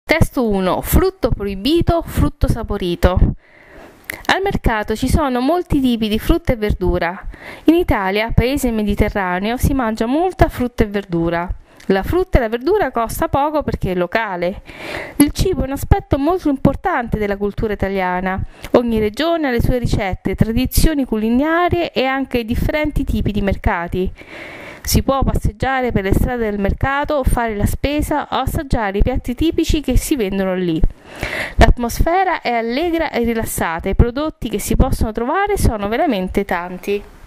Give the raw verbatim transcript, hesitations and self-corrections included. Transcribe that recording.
Testo uno. Frutto proibito, frutto saporito. Al mercato ci sono molti tipi di frutta e verdura. In Italia, paese mediterraneo, si mangia molta frutta e verdura. La frutta e la verdura costa poco perché è locale. Il cibo è un aspetto molto importante della cultura italiana. Ogni regione ha le sue ricette, tradizioni culinarie e anche differenti tipi di mercati. Si può passeggiare per le strade del mercato, fare la spesa o assaggiare i piatti tipici che si vendono lì. L'atmosfera è allegra e rilassata e i prodotti che si possono trovare sono veramente tanti.